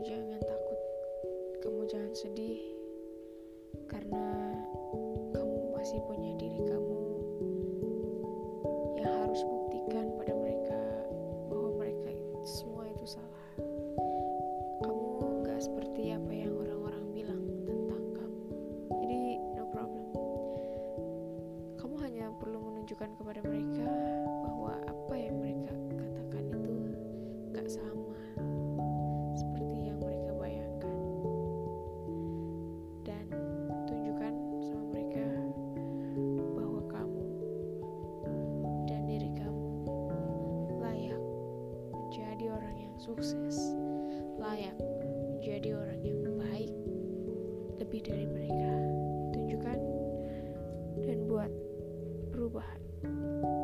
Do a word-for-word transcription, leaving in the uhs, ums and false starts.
jangan takut, kamu jangan sedih, karena kamu masih punya diri kamu yang harus buktikan pada mereka bahwa mereka semua itu salah. Kamu gak seperti apa yang orang-orang bilang tentang kamu. Jadi no problem. Kamu hanya perlu menunjukkan kepada mereka bahwa apa yang mereka katakan itu gak sama seperti yang mereka bayangkan. Dan tunjukkan sama mereka bahwa kamu dan diri kamu layak menjadi orang yang sukses, layak menjadi orang yang baik lebih dari mereka. Tunjukkan dan buat perubahan.